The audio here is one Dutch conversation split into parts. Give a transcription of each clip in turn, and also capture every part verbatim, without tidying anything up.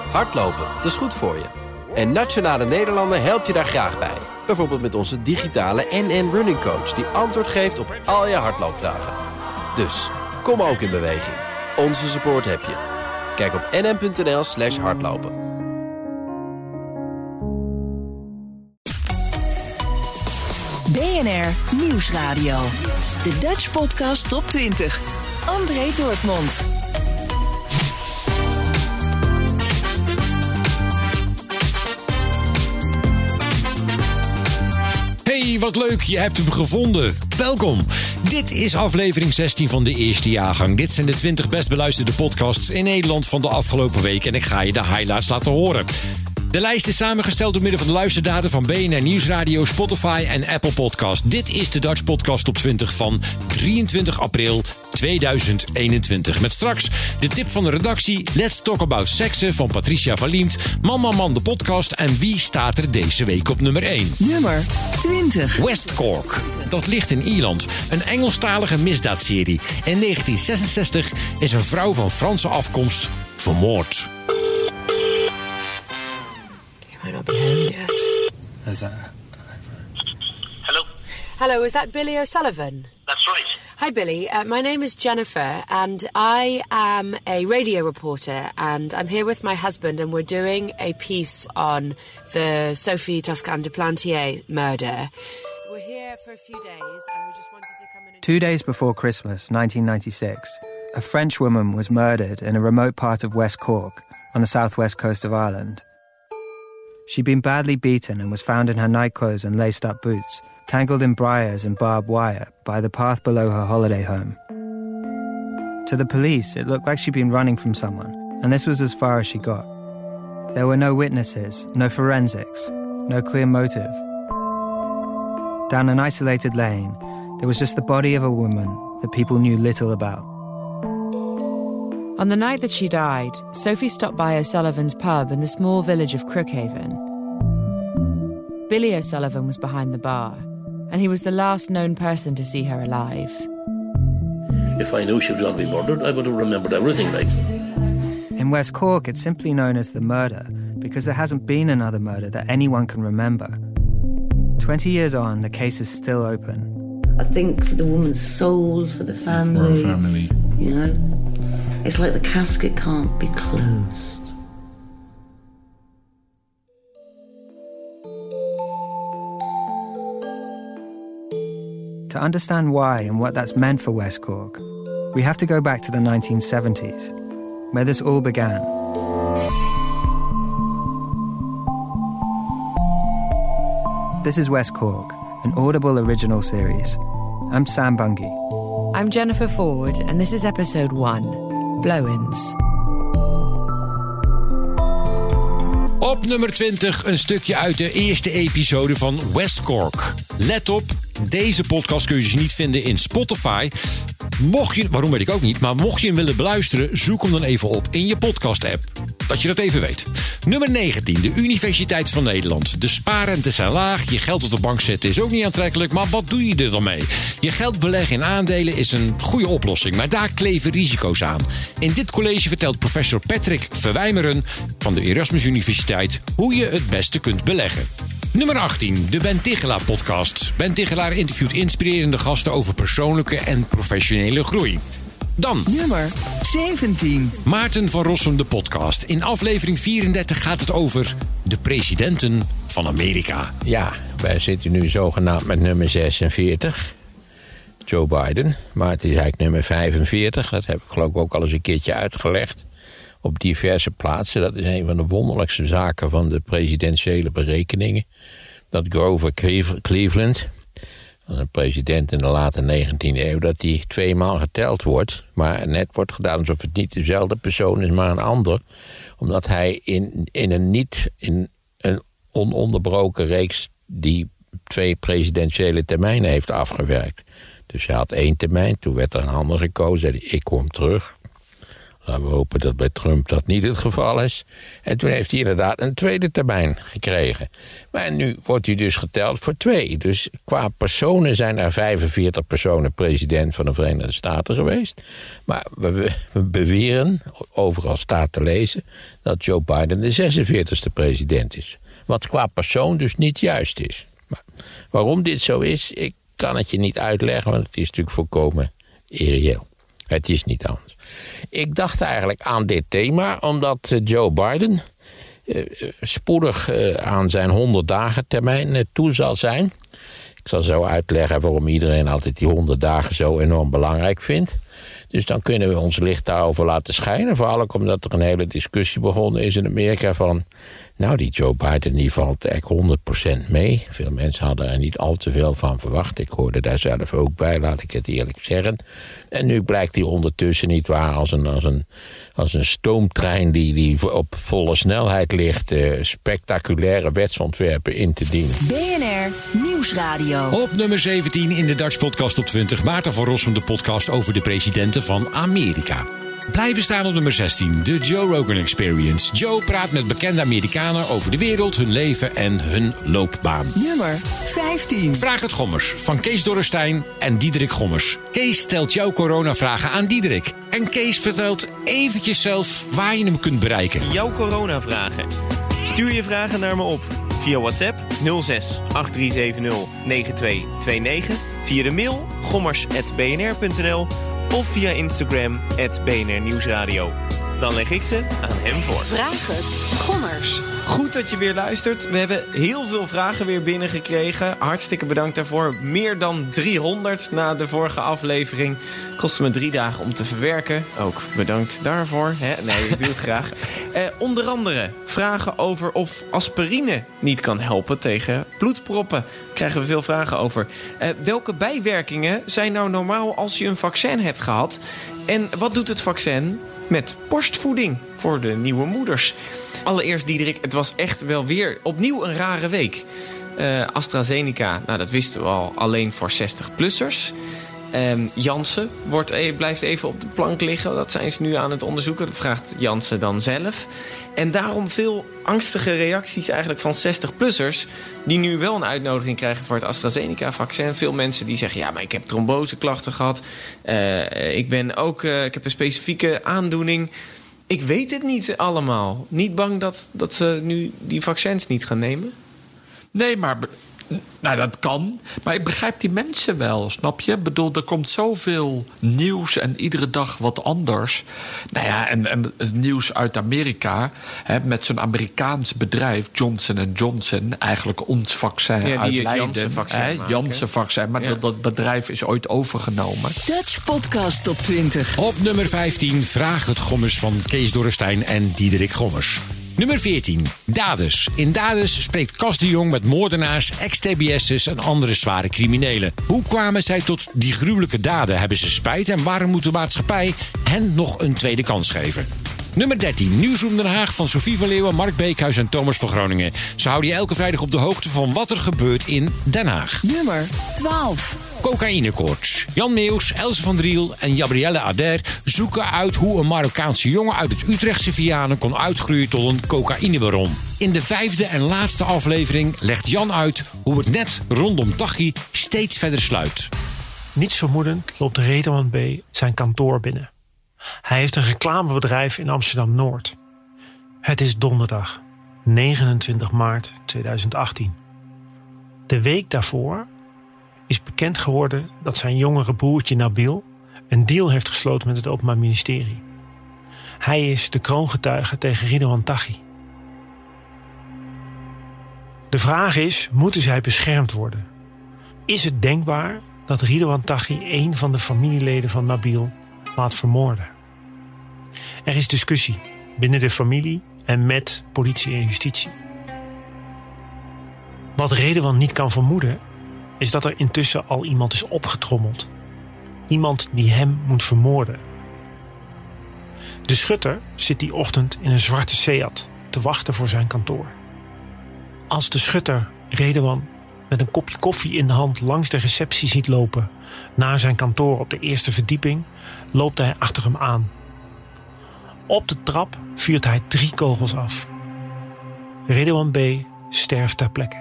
Hardlopen, dat is goed voor je. En Nationale Nederlanden helpt je daar graag bij. Bijvoorbeeld met onze digitale N N Running Coach... die antwoord geeft op al je hardloopvragen. Dus, kom ook in beweging. Onze support heb je. Kijk op nn.nl slash hardlopen. B N R Nieuwsradio. De Dutch Podcast Top twintig. André Dortmund. Hey, wat leuk, je hebt hem gevonden. Welkom. Dit is aflevering zestien van de eerste jaargang. Dit zijn de twintig best beluisterde podcasts in Nederland van de afgelopen week. En ik ga je de highlights laten horen. De lijst is samengesteld door middel van de luisterdata van B N R Nieuwsradio, Spotify en Apple Podcast. Dit is de Dutch Podcast Top twintig van drieëntwintig april tweeduizend eenentwintig. Met straks de tip van de redactie, Let's Talk About Seksen van Patricia van Liemt, Man Man Man de podcast en wie staat er deze week op nummer één? Nummer twintig. West Cork. Dat ligt in Ierland. Een Engelstalige misdaadserie. In negentien zesenzestig is een vrouw van Franse afkomst vermoord. Might not be home yet. Is that... Hello? Hello, is that Billy O'Sullivan? That's right. Hi, Billy. Uh, my name is Jennifer, and I am a radio reporter, and I'm here with my husband, and we're doing a piece on the Sophie Toscan de Plantier murder. We're here for a few days, and we just wanted to come in and... Two days before Christmas, nineteen ninety-six, a French woman was murdered in a remote part of West Cork, on the southwest coast of Ireland. She'd been badly beaten and was found in her nightclothes and laced-up boots, tangled in briars and barbed wire by the path below her holiday home. To the police, it looked like she'd been running from someone, and this was as far as she got. There were no witnesses, no forensics, no clear motive. Down an isolated lane, there was just the body of a woman that people knew little about. On the night that she died, Sophie stopped by O'Sullivan's pub in the small village of Crookhaven. Billy O'Sullivan was behind the bar, and he was the last known person to see her alive. If I knew she was going to be murdered, I would have remembered everything, like. In West Cork, it's simply known as the murder because there hasn't been another murder that anyone can remember. Twenty years on, the case is still open. I think for the woman's soul, for the family, for a family, you know, it's like the casket can't be closed. To understand why and what that's meant for West Cork, we have to go back to the nineteen seventies, where this all began. This is West Cork, an Audible original series. I'm Sam Bungie. I'm Jennifer Ford, and this is episode one, Blow-ins. Op nummer twintig een stukje uit de eerste episode van West Cork. Let op, deze podcast kun je dus niet vinden in Spotify. Mocht je, waarom weet ik ook niet, maar mocht je hem willen beluisteren, zoek hem dan even op in je podcast-app. Dat je dat even weet. Nummer negentien, de Universiteit van Nederland. De spaarrentes zijn laag, je geld op de bank zetten is ook niet aantrekkelijk, maar wat doe je er dan mee? Je geld beleggen in aandelen is een goede oplossing, maar daar kleven risico's aan. In dit college vertelt professor Patrick Verwijmeren van de Erasmus Universiteit hoe je het beste kunt beleggen. Nummer achttien, de Ben Tichelaar podcast. Ben Tichelaar interviewt inspirerende gasten over persoonlijke en professionele groei. Dan Nummer zeventien. Maarten van Rossum, de podcast. In aflevering vierendertig gaat het over de presidenten van Amerika. Ja, wij zitten nu zogenaamd met nummer zesenveertig. Joe Biden. Maar het is eigenlijk nummer vijfenveertig. Dat heb ik geloof ik ook al eens een keertje uitgelegd. Op diverse plaatsen. Dat is een van de wonderlijkste zaken van de presidentiële berekeningen. Dat Grover Cleveland, een president in de late negentiende eeuw, dat die tweemaal geteld wordt. Maar net wordt gedaan alsof het niet dezelfde persoon is, maar een ander. Omdat hij in, in een niet in een ononderbroken reeks die twee presidentiële termijnen heeft afgewerkt. Dus hij had één termijn, toen werd er een ander gekozen. Zei hij, ik kom terug. Laten we hopen dat bij Trump dat niet het geval is. En toen heeft hij inderdaad een tweede termijn gekregen. Maar nu wordt hij dus geteld voor twee. Dus qua personen zijn er vijfenveertig personen president van de Verenigde Staten geweest. Maar we, we beweren, overal staat te lezen, dat Joe Biden de zesenveertigste president is. Wat qua persoon dus niet juist is. Maar waarom dit zo is, ik kan het je niet uitleggen, want het is natuurlijk volkomen irreëel. Het is niet anders. Ik dacht eigenlijk aan dit thema, omdat Joe Biden uh, spoedig uh, aan zijn honderd dagen termijn uh, toe zal zijn. Ik zal zo uitleggen waarom iedereen altijd die honderd dagen zo enorm belangrijk vindt. Dus dan kunnen we ons licht daarover laten schijnen. Vooral ook omdat er een hele discussie begonnen is in Amerika van, nou, die Joe Biden die valt eigenlijk honderd procent mee. Veel mensen hadden er niet al te veel van verwacht. Ik hoorde daar zelf ook bij, laat ik het eerlijk zeggen. En nu blijkt hij ondertussen niet waar als een, als een, als een stoomtrein die, die op volle snelheid ligt, uh, spectaculaire wetsontwerpen in te dienen. B N R Nieuwsradio. Op nummer zeventien in de Dutch Podcast op twintig. Maarten van Rossum, de podcast over de presidenten van Amerika. Blijven staan op nummer zestien, de Joe Rogan Experience. Joe praat met bekende Amerikanen over de wereld, hun leven en hun loopbaan. Nummer vijftien. Vraag het Gommers van Kees Dorrestein en Diederik Gommers. Kees stelt jouw coronavragen aan Diederik. En Kees vertelt eventjes zelf waar je hem kunt bereiken. Jouw coronavragen. Stuur je vragen naar me op via WhatsApp nul zes acht drie zeven nul negen twee twee negen, via de mail gommers apenstaartje b n r punt n l of via Instagram at B N R Nieuwsradio. Dan leg ik ze aan hem voor. Vraag het Gommers. Goed dat je weer luistert. We hebben heel veel vragen weer binnengekregen. Hartstikke bedankt daarvoor. Meer dan driehonderd na de vorige aflevering. Kostte me drie dagen om te verwerken. Ook bedankt daarvoor. Hè? Nee, ik doe het graag. Eh, onder andere vragen over of aspirine niet kan helpen tegen bloedproppen. Daar krijgen we veel vragen over. Eh, welke bijwerkingen zijn nou normaal als je een vaccin hebt gehad? En wat doet het vaccin met borstvoeding voor de nieuwe moeders? Allereerst, Diederik, het was echt wel weer opnieuw een rare week. Uh, AstraZeneca, nou dat wisten we al, alleen voor zestig-plussers. Um, Janssen wordt, e- blijft even op de plank liggen. Dat zijn ze nu aan het onderzoeken. Dat vraagt Janssen dan zelf. En daarom veel angstige reacties eigenlijk van zestig-plussers... die nu wel een uitnodiging krijgen voor het AstraZeneca-vaccin. Veel mensen die zeggen, ja, maar ik heb tromboseklachten gehad. Uh, ik ben ook, uh, ik heb een specifieke aandoening. Ik weet het niet allemaal. Niet bang dat, dat ze nu die vaccins niet gaan nemen? Nee, maar nou, dat kan. Maar ik begrijp die mensen wel, snap je? Ik bedoel, er komt zoveel nieuws en iedere dag wat anders. Nou ja, en, en het nieuws uit Amerika, hè, met zo'n Amerikaans bedrijf, Johnson en Johnson, eigenlijk ons vaccin ja, uit die Leiden. Janssen-vaccin Janssen-vaccin, maar ja. dat, dat bedrijf is ooit overgenomen. Dutch Podcast Top twintig. Op nummer vijftien, Vraag het Gommers van Kees Dorrestein en Diederik Gommers. Nummer veertien, Dades. In Dades spreekt Cas de Jong met moordenaars, ex-T B S'ers en andere zware criminelen. Hoe kwamen zij tot die gruwelijke daden? Hebben ze spijt en waarom moet de maatschappij hen nog een tweede kans geven? Nummer dertien, Nieuwsroom Den Haag van Sophie van Leeuwen, Mark Beekhuis en Thomas van Groningen. Ze houden je elke vrijdag op de hoogte van wat er gebeurt in Den Haag. Nummer twaalf. Cocaïnekoorts. Jan Meeuws, Else van Driel en Gabrielle Ader zoeken uit hoe een Marokkaanse jongen uit het Utrechtse Vianen kon uitgroeien tot een cocaïnebaron. In de vijfde en laatste aflevering legt Jan uit hoe het net rondom Taghi steeds verder sluit. Niets vermoedend loopt Redouan B. zijn kantoor binnen. Hij heeft een reclamebedrijf in Amsterdam-Noord. Het is donderdag, negenentwintig maart tweeduizend achttien. De week daarvoor is bekend geworden dat zijn jongere broertje Nabil een deal heeft gesloten met het Openbaar Ministerie. Hij is de kroongetuige tegen Ridouan Taghi. De vraag is, moeten zij beschermd worden? Is het denkbaar dat Ridouan Taghi een van de familieleden van Nabil laat vermoorden? Er is discussie binnen de familie en met politie en justitie. Wat Redouan niet kan vermoeden, is dat er intussen al iemand is opgetrommeld. Iemand die hem moet vermoorden. De schutter zit die ochtend in een zwarte Seat te wachten voor zijn kantoor. Als de schutter Redouan met een kopje koffie in de hand langs de receptie ziet lopen naar zijn kantoor op de eerste verdieping, loopt hij achter hem aan. Op de trap vuurt hij drie kogels af. Ridouan B. sterft ter plekke.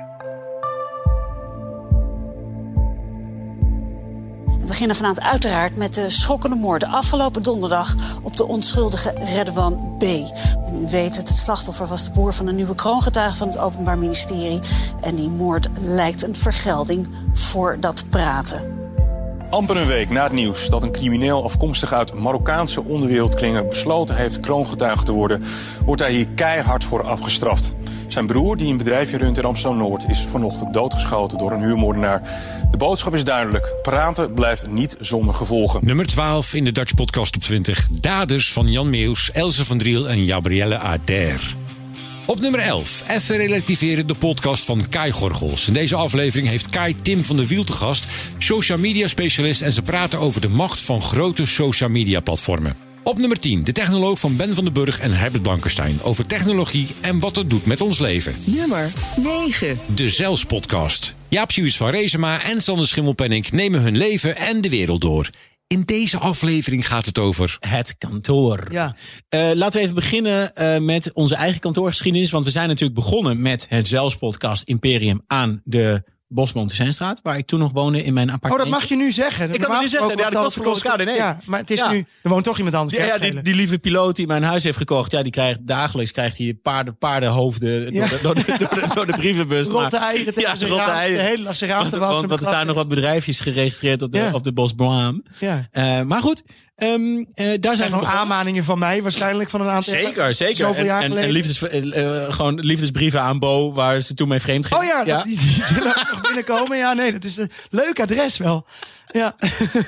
We beginnen vanavond uiteraard met de schokkende moorden afgelopen donderdag op de onschuldige Ridouan B. En u weet het, het slachtoffer was de broer van een nieuwe kroongetuige van het Openbaar Ministerie. En die moord lijkt een vergelding voor dat praten. Amper een week na het nieuws dat een crimineel afkomstig uit Marokkaanse onderwereldkringen besloten heeft kroongetuige te worden, wordt hij hier keihard voor afgestraft. Zijn broer, die een bedrijfje runt in Amsterdam-Noord, is vanochtend doodgeschoten door een huurmoordenaar. De boodschap is duidelijk. Praten blijft niet zonder gevolgen. Nummer twaalf in de Dutch Podcast op twintig. Daders van Jan Meeuws, Else van Driel en Gabrielle Ader. Op nummer elf, even relativeren, de podcast van Kai Gorgels. In deze aflevering heeft Kai Tim van der Wiel te gast, social media specialist, en ze praten over de macht van grote social media platformen. Op nummer tien, de technoloog van Ben van den Burg en Herbert Blankenstein over technologie en wat het doet met ons leven. Nummer negen. De Zels podcast. Jaap Suus van Rezema en Sander Schimmelpenninck nemen hun leven en de wereld door. In deze aflevering gaat het over het kantoor. Ja. Uh, laten we even beginnen uh, met onze eigen kantoorgeschiedenis. Want we zijn natuurlijk begonnen met het Zels podcast Imperium aan de Bosboom-Tussijnstraat, waar ik toen nog woonde in mijn appartement. Oh, dat mag je nu zeggen. Ik kan het nu zeggen. Ja, de kost verkocht elkaar. Nee. Ja, maar het is ja. nu. Er woont toch iemand anders. Ja, ja die, die lieve piloot die mijn huis heeft gekocht, ja, die krijgt dagelijks krijgt hij paarden, paardenhoofden ja. door, de, door, de, door, de, door de brievenbus. Rotte eieren tegen ja, zijn raam, eieren. De hele dag zijn raam te wassen. Want, want er staan nog wat bedrijfjes geregistreerd op de, ja. op de Bosboom. Ja. Uh, maar goed. Um, uh, daar zijn nog aanmaningen van mij waarschijnlijk van een aantal zeker zeker zoveel jaar en, en, en liefdes, uh, gewoon liefdesbrieven aan Bo waar ze toen mee vreemd ging. Oh ja, ja. Dat, die, die zullen nog binnenkomen. Ja, nee, dat is een leuk adres wel. Ja.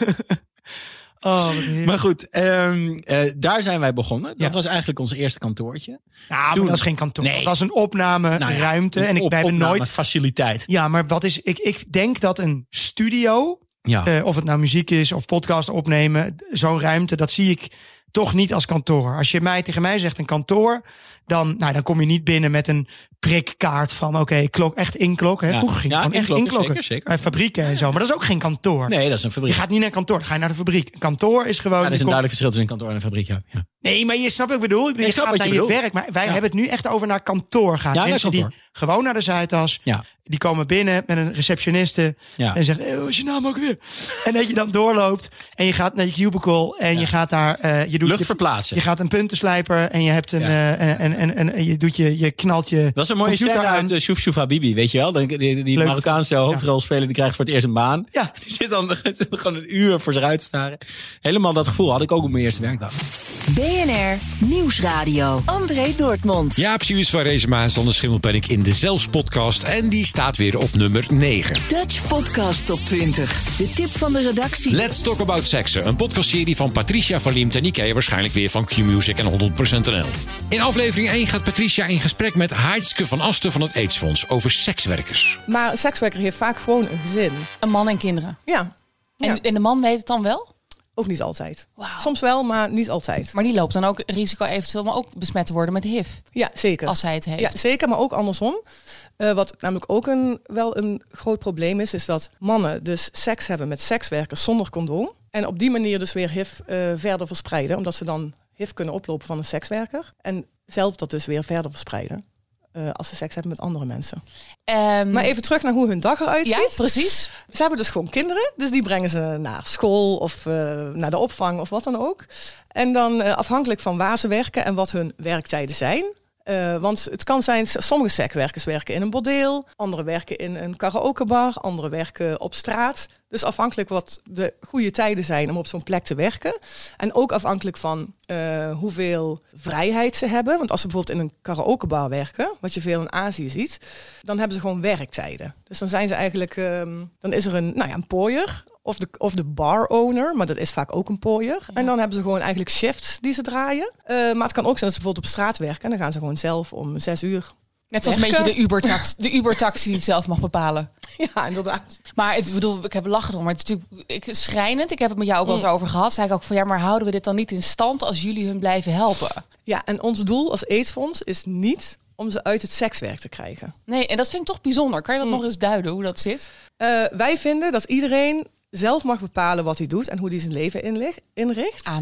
Oh, maar goed, um, uh, daar zijn wij begonnen. Dat ja. was eigenlijk ons eerste kantoortje. Ja, maar dat is geen kantoor. Nee. Dat was een opnameruimte. Nou ja, en ik op, ben nooit faciliteit. Ja, maar wat is? Ik, ik denk dat een studio. Ja. Uh, of het nou muziek is of podcast opnemen, zo'n ruimte, dat zie ik toch niet als kantoor. Als je mij tegen mij zegt een kantoor, dan, nou, dan kom je niet binnen met een prikkaart van oké, okay, klok, echt inklok. Hè? Ja. Vroeger ging ja, gewoon echt inklokken. inklokken. Zeker, zeker. Bij fabrieken en zo. Maar dat is ook geen kantoor. Nee, dat is een fabriek. Je gaat niet naar een kantoor, dan ga je naar de fabriek. Een kantoor is gewoon... Ja, er is een duidelijk verschil tussen een kantoor en een fabriek, ja. ja. Nee, maar je snapt wat ik bedoel. Ik bedoel, nee, je gaat naar je, je werk. Maar wij ja. hebben het nu echt over naar kantoor gaan. Ja, mensen kantoor. die gewoon naar de Zuidas, ja. die komen binnen met een receptioniste ja. en zegt, eh, wat is je naam ook weer? En dat je dan doorloopt en je gaat naar je cubicle en ja. je gaat daar... Uh, je doet lucht je, verplaatsen. Je gaat een puntenslijper en je hebt een... Ja. Uh, en, en, en, en je doet je, je knalt je dat is een mooie scène uit uh, Shouf Shouf Habibi, weet je wel? Die, die, die Marokkaanse hoofdrolspeler, die krijgt voor het eerst een baan. Ja. Die zit dan gewoon een uur voor zich uit te staren. Helemaal dat gevoel had ik ook op mijn eerste werkdag. B N R Nieuwsradio. André Dortmund. Jaap Suus van Rezema en Sander Schimmelpenninck in de Zels podcast. En die staat weer op nummer negen. Dutch Podcast Top twintig. De tip van de redactie. Let's Talk About Sexen. Een podcastserie van Patricia van Liemt. En die ken je waarschijnlijk weer van Q-Music en honderd procent N L. In aflevering één gaat Patricia in gesprek met Heidske van Asten van het AIDS-fonds over sekswerkers. Maar een sekswerker heeft vaak gewoon een gezin. Een man en kinderen. Ja. En, ja. en de man weet het dan wel? Ook niet altijd. Wow. Soms wel, maar niet altijd. Maar die loopt dan ook risico eventueel maar ook besmet te worden met H I V. Ja, zeker. Als hij het heeft. Ja, zeker, maar ook andersom. Uh, wat namelijk ook een, wel een groot probleem is, is dat mannen dus seks hebben met sekswerkers zonder condoom. En op die manier dus weer H I V uh, verder verspreiden. Omdat ze dan H I V kunnen oplopen van een sekswerker. En zelf dat dus weer verder verspreiden. Uh, als ze seks hebben met andere mensen. Um, maar even terug naar hoe hun dag eruit ziet. Ja, precies. Ze hebben dus gewoon kinderen. Dus die brengen ze naar school of uh, naar de opvang of wat dan ook. En dan uh, afhankelijk van waar ze werken en wat hun werktijden zijn. Uh, want het kan zijn, sommige sekswerkers werken in een bordeel. Anderen werken in een karaokebar. Anderen werken op straat. Dus afhankelijk wat de goede tijden zijn om op zo'n plek te werken. En ook afhankelijk van uh, hoeveel vrijheid ze hebben. Want als ze bijvoorbeeld in een karaokebar werken, wat je veel in Azië ziet, dan hebben ze gewoon werktijden. Dus dan zijn ze eigenlijk, um, dan is er een, nou ja, een pooier. Of de, of de bar owner, maar dat is vaak ook een pooier. Ja. En dan hebben ze gewoon eigenlijk shifts die ze draaien. Uh, maar het kan ook zijn dat ze bijvoorbeeld op straat werken. En dan gaan ze gewoon zelf om zes uur Net zoals werken. Een beetje de Uber-taxi, de Uber-taxi die het zelf mag bepalen. Ja, inderdaad. Maar ik bedoel, ik heb lachen om, maar het is natuurlijk ik, schrijnend. Ik heb het met jou ook wel eens mm. over gehad. Zei ik ook van, ja, maar houden we dit dan niet in stand als jullie hun blijven helpen? Ja, en ons doel als AIDS-fonds is niet om ze uit het sekswerk te krijgen. Nee, en dat vind ik toch bijzonder. Kan je dat mm. nog eens duiden, hoe dat zit? Uh, wij vinden dat iedereen zelf mag bepalen wat hij doet en hoe hij zijn leven inricht. Amen.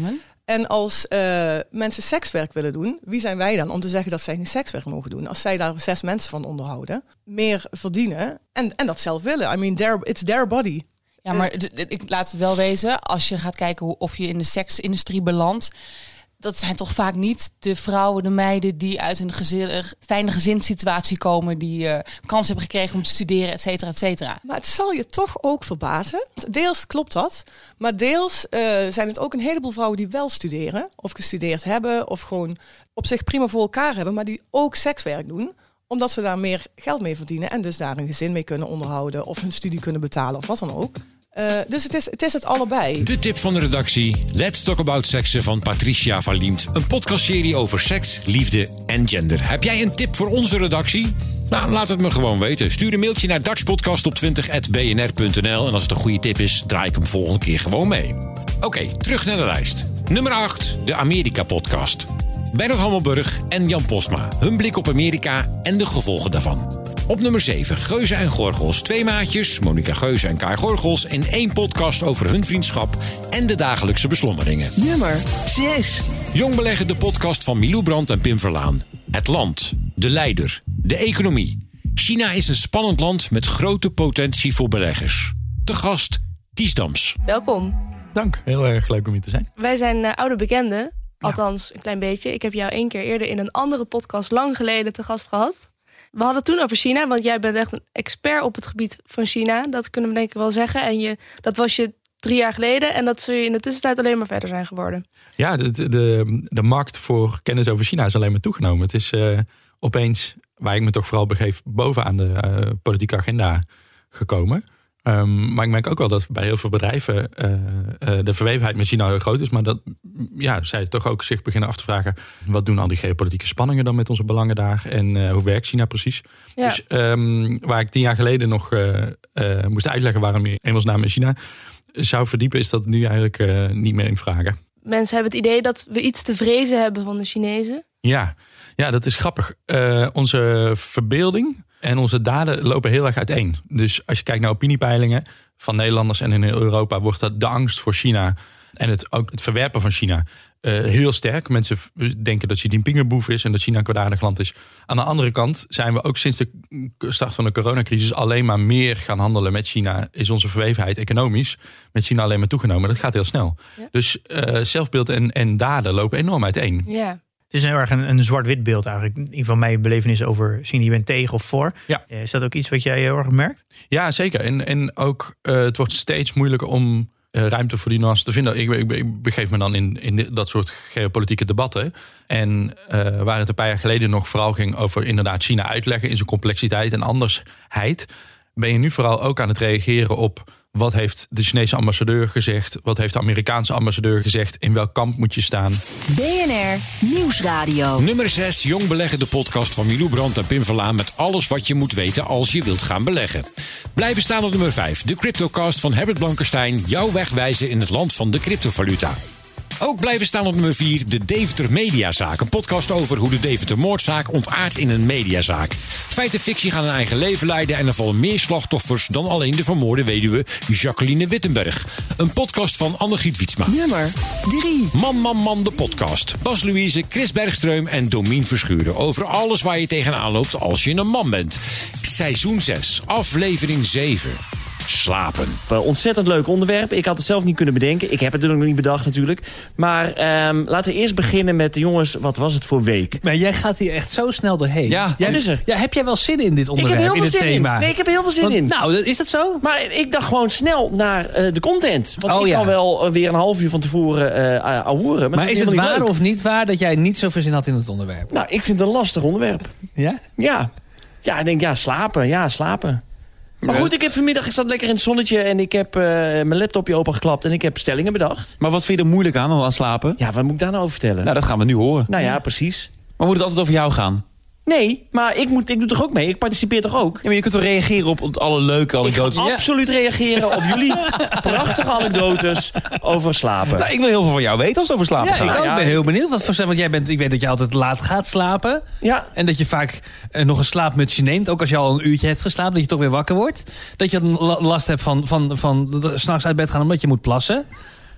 En als uh, mensen sekswerk willen doen, wie zijn wij dan om te zeggen dat zij geen sekswerk mogen doen? Als zij daar zes mensen van onderhouden, meer verdienen en, en dat zelf willen. I mean, their, it's their body. Ja, maar d- d- ik laat het wel wezen, als je gaat kijken hoe, of je in de seksindustrie belandt, dat zijn toch vaak niet de vrouwen, de meiden die uit een gezin, fijne gezinssituatie komen, die uh, kans hebben gekregen om te studeren, et cetera, et cetera. Maar het zal je toch ook verbazen. Deels klopt dat, maar deels uh, zijn het ook een heleboel vrouwen die wel studeren, of gestudeerd hebben, of gewoon op zich prima voor elkaar hebben, maar die ook sekswerk doen, omdat ze daar meer geld mee verdienen en dus daar een gezin mee kunnen onderhouden, of hun studie kunnen betalen, of wat dan ook. Uh, dus het is, het is het allebei. De tip van de redactie. Let's Talk About Seksen van Patricia van Liemt. Een podcastserie over seks, liefde en gender. Heb jij een tip voor onze redactie? Nou, laat het me gewoon weten. Stuur een mailtje naar dutchpodcast op twintig at b n r punt n l. En als het een goede tip is, draai ik hem volgende keer gewoon mee. Oké, okay, terug naar de lijst. Nummer acht, de Amerika-podcast. Bernard Hammelburg en Jan Postma. Hun blik op Amerika en de gevolgen daarvan. Op nummer zeven, Geuze en Gorgels. Twee maatjes, Monica Geuze en Kai Gorgels, in één podcast over hun vriendschap en de dagelijkse beslommeringen. Nummer zes. Jong beleggen, de podcast van Milou Brandt en Pim Verlaan. Het land, de leider, de economie. China is een spannend land met grote potentie voor beleggers. Te gast, Ties Dams. Welkom. Dank, heel erg leuk om hier te zijn. Wij zijn uh, oude bekenden, althans een klein beetje. Ik heb jou één keer eerder in een andere podcast lang geleden te gast gehad. We hadden het toen over China, want jij bent echt een expert op het gebied van China. Dat kunnen we denk ik wel zeggen. En je, dat was je drie jaar geleden en dat zul je in de tussentijd alleen maar verder zijn geworden. Ja, de, de, de markt voor kennis over China is alleen maar toegenomen. Het is uh, opeens, waar ik me toch vooral begeef, bovenaan de uh, politieke agenda gekomen. Um, maar ik merk ook wel dat bij heel veel bedrijven uh, uh, de verwevenheid met China heel groot is. Maar dat ja, zij toch ook zich beginnen af te vragen, wat doen al die geopolitieke spanningen dan met onze belangen daar? En uh, hoe werkt China precies? Ja. Dus um, waar ik tien jaar geleden nog uh, uh, moest uitleggen waarom je hemelsnaam in China zou verdiepen, is dat nu eigenlijk uh, niet meer in vragen. Mensen hebben het idee dat we iets te vrezen hebben van de Chinezen. Ja, ja, dat is grappig. Uh, onze verbeelding en onze daden lopen heel erg uiteen. Dus als je kijkt naar opiniepeilingen van Nederlanders en in heel Europa, wordt dat de angst voor China en het, ook het verwerpen van China uh, heel sterk. Mensen denken dat Xi Jinping een boef is en dat China een kwaadaardig land is. Aan de andere kant zijn we ook sinds de start van de coronacrisis alleen maar meer gaan handelen met China. Is onze verwevenheid economisch met China alleen maar toegenomen. Dat gaat heel snel. Ja. Dus uh, zelfbeeld en, en daden lopen enorm uiteen. Ja. Het is heel erg een, een zwart-wit beeld eigenlijk. In ieder geval mijn belevenis over China. Je bent tegen of voor. Ja. Is dat ook iets wat jij heel erg merkt? Ja, zeker. En, en ook uh, het wordt steeds moeilijker om uh, ruimte voor die nuance te vinden. Ik, ik, ik begeef me dan in, in dat soort geopolitieke debatten. En uh, waar het een paar jaar geleden nog vooral ging over inderdaad China uitleggen in zijn complexiteit en andersheid, ben je nu vooral ook aan het reageren op wat heeft de Chinese ambassadeur gezegd? Wat heeft de Amerikaanse ambassadeur gezegd? In welk kamp moet je staan? B N R Nieuwsradio. Nummer zes, Jong beleggen, de podcast van Milou Brandt en Pim Verlaan met alles wat je moet weten als je wilt gaan beleggen. Blijven staan op nummer vijf, de Cryptocast van Herbert Blankenstein. Jouw wegwijzer in het land van de cryptovaluta. Ook blijven staan op nummer vier, de Deventer Mediazaak. Een podcast over hoe de Deventer moordzaak ontaardt in een mediazaak. Feit en fictie gaan een eigen leven leiden en er vallen meer slachtoffers dan alleen de vermoorde weduwe Jacqueline Wittenberg. Een podcast van Annegriet Wietsma. Nummer drie. Man, man, man, de podcast. Bas Louise, Chris Bergstreum en Domien Verschuren. Over alles waar je tegenaan loopt als je een man bent. Seizoen zes, aflevering zeven. Slapen. Ontzettend leuk onderwerp. Ik had het zelf niet kunnen bedenken. Ik heb het nog niet bedacht natuurlijk. Maar um, laten we eerst beginnen met de jongens. Wat was het voor week? Maar jij gaat hier echt zo snel doorheen. Ja, jij, wat is er? Ja, heb jij wel zin in dit onderwerp? Ik heb heel in veel het zin thema? in. Nee, ik heb heel veel zin Want, in. Nou, is dat zo? Maar ik dacht gewoon snel naar uh, de content. Want oh, ik ja. kan wel uh, weer een half uur van tevoren uh, ouwehoeren. Maar, maar is, is het waar leuk. of niet waar dat jij niet zoveel zin had in het onderwerp? Nou, ik vind het een lastig onderwerp. Ja? Ja. Ja, ik denk ja, slapen. Ja, slapen. Maar goed, ik heb vanmiddag, ik zat lekker in het zonnetje en ik heb uh, mijn laptopje opengeklapt en ik heb stellingen bedacht. Maar wat vind je er moeilijk aan, aan slapen? Ja, wat moet ik daar nou over vertellen? Nou, dat gaan we nu horen. Nou ja, precies. Maar moet het altijd over jou gaan? Nee, maar ik, moet, ik doe toch ook mee? Ik participeer toch ook? Ja, maar je kunt toch reageren op, op alle leuke anekdotes? Ik ga absoluut reageren op jullie prachtige anekdotes over slapen. Nou, ik wil heel veel van jou weten als het over slapen ja, gaat. Ik ook ja. ben heel benieuwd. Wat voor, want jij bent, ik weet dat je altijd laat gaat slapen. Ja. En dat je vaak uh, nog een slaapmutsje neemt. Ook als je al een uurtje hebt geslapen. Dat je toch weer wakker wordt. Dat je last hebt van, van, van, van 's nachts uit bed gaan omdat je moet plassen.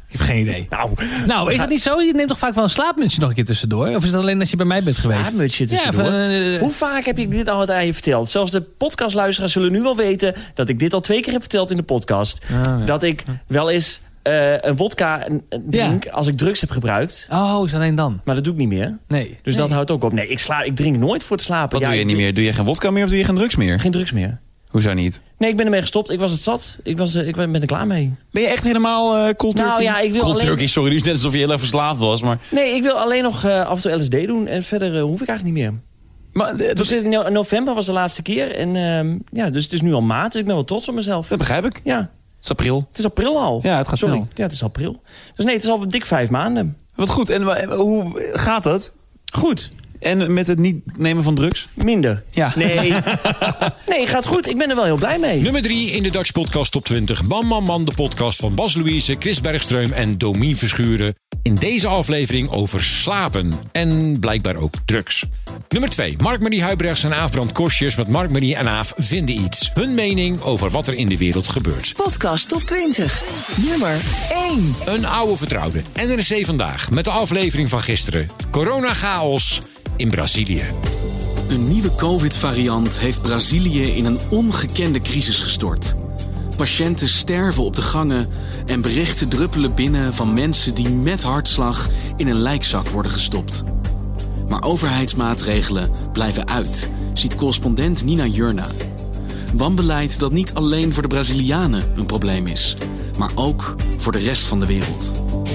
Ik heb geen idee. Nou, nou is dat niet zo? Je neemt toch vaak wel een slaapmutsje nog een keer tussendoor? Of is het alleen als je bij mij bent geweest? Slaapmutsje tussendoor? Ja, van, uh, Hoe vaak heb ik dit al aan je verteld? Zelfs de podcastluisteraars zullen nu wel weten... dat ik dit al twee keer heb verteld in de podcast. Ah, ja. Dat ik wel eens uh, een wodka drink ja. als ik drugs heb gebruikt. Oh, is alleen dan? Maar dat doe ik niet meer. Nee. Dus nee. dat houdt ook op. Nee, ik, sla, ik drink nooit voor het slapen. Wat ja, doe je niet meer? Doe je geen wodka meer of doe je geen drugs meer? Geen drugs meer. Hoezo niet? Nee, ik ben ermee gestopt. Ik was het zat. Ik, was, ik ben er klaar mee. Ben je echt helemaal uh, cold turkey? Nou ja, ik wil cold alleen... turkey, sorry. Dus net alsof je heel erg verslaafd was. Maar... Nee, ik wil alleen nog uh, af en toe L S D doen. En verder uh, hoef ik eigenlijk niet meer. Maar, uh, dus in november was de laatste keer. En uh, ja, dus het is nu al maart. Dus ik ben wel trots op mezelf. Dat begrijp ik. Ja. Het is april. Het is april al. Ja, het gaat Sorry. snel. Ja, het is april. Dus nee, het is al dik vijf maanden. Wat goed. En uh, hoe gaat het? Goed. En met het niet nemen van drugs? Minder. Ja. Nee. Nee, gaat goed. Ik ben er wel heel blij mee. Nummer drie in de Dutch Podcast Top twintig. Man, man, man. De podcast van Bas Louise, Chris Bergstreum en Domien Verschuren. In deze aflevering over slapen. En blijkbaar ook drugs. Nummer twee. Mark-Marie Huibrechts en Aaf Brand Kostjes met Mark-Marie en Aaf vinden iets. Hun mening over wat er in de wereld gebeurt. Podcast Top twintig. Nummer één. Een oude vertrouwde. N R C Vandaag met de aflevering van gisteren. Corona-chaos in Brazilië. Een nieuwe COVID-variant heeft Brazilië in een ongekende crisis gestort. Patiënten sterven op de gangen en berichten druppelen binnen van mensen die met hartslag in een lijkzak worden gestopt. Maar overheidsmaatregelen blijven uit, ziet correspondent Nina Jurna. Wanbeleid dat niet alleen voor de Brazilianen een probleem is, maar ook voor de rest van de wereld.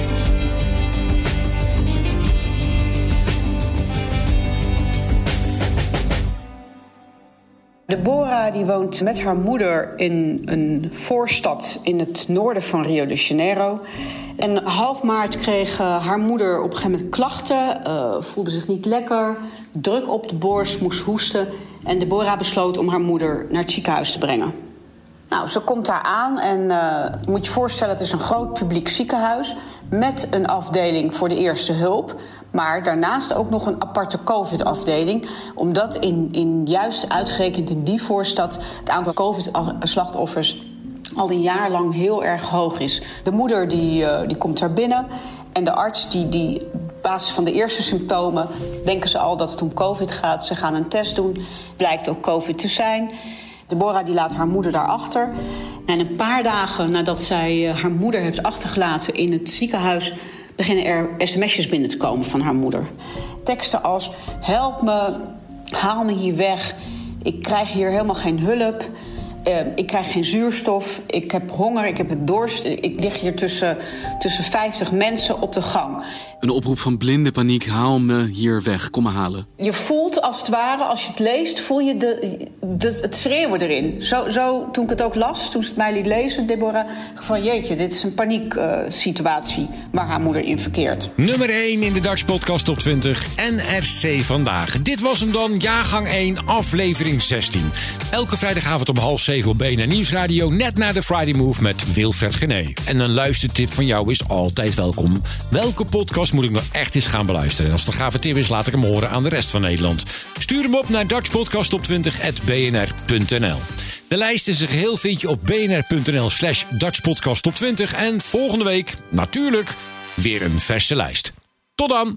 Deborah die woont met haar moeder in een voorstad in het noorden van Rio de Janeiro. En half maart kreeg uh, haar moeder op een gegeven moment klachten. Uh, voelde zich niet lekker, druk op de borst, moest hoesten. En Deborah besloot om haar moeder naar het ziekenhuis te brengen. Nou, ze komt daar aan en uh, je moet je voorstellen... het is een groot publiek ziekenhuis met een afdeling voor de eerste hulp... maar daarnaast ook nog een aparte COVID-afdeling... omdat in, in juist uitgerekend in die voorstad... het aantal COVID-slachtoffers al een jaar lang heel erg hoog is. De moeder die, uh, die komt daar binnen en de arts die... die op basis van de eerste symptomen denken ze al dat het om COVID gaat. Ze gaan een test doen, blijkt ook COVID te zijn... Deborah die laat haar moeder daarachter. En een paar dagen nadat zij uh, haar moeder heeft achtergelaten in het ziekenhuis... beginnen er sms'jes binnen te komen van haar moeder. Teksten als, help me, haal me hier weg. Ik krijg hier helemaal geen hulp. Uh, ik krijg geen zuurstof. Ik heb honger, ik heb het dorst. Ik lig hier tussen, tussen vijftig mensen op de gang. Een oproep van blinde paniek, haal me hier weg, kom me halen. Je voelt als het ware, als je het leest, voel je de, de, het schreeuwen erin. Zo, zo, toen ik het ook las, toen ze het mij liet lezen, Deborah... van jeetje, dit is een panieksituatie uh, waar haar moeder in verkeert. Nummer één in de Dutch Podcast Top twintig, N R C Vandaag. Dit was hem dan, jaargang één, aflevering zestien. Elke vrijdagavond om half zeven op B N R Nieuwsradio... net na de Friday Move met Wilfred Gené. En een luistertip van jou is altijd welkom. Welke podcast moet ik nog echt eens gaan beluisteren? En als het een gave tip is, laat ik hem horen aan de rest van Nederland. Stuur hem op naar dutch podcast top twintig at b n r punt n l. De lijst in zijn geheel vind je op bnr.nl slash Dutch Podcast Top twintig. En volgende week, natuurlijk, weer een verse lijst. Tot dan!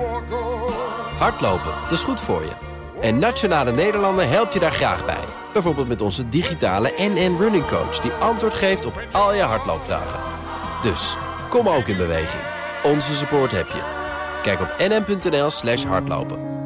Hardlopen, dat is goed voor je. En Nationale Nederlanden helpt je daar graag bij. Bijvoorbeeld met onze digitale N N Running Coach... die antwoord geeft op al je hardloopvragen. Dus, kom ook in beweging. Onze support heb je. Kijk op nn.nl slash hardlopen.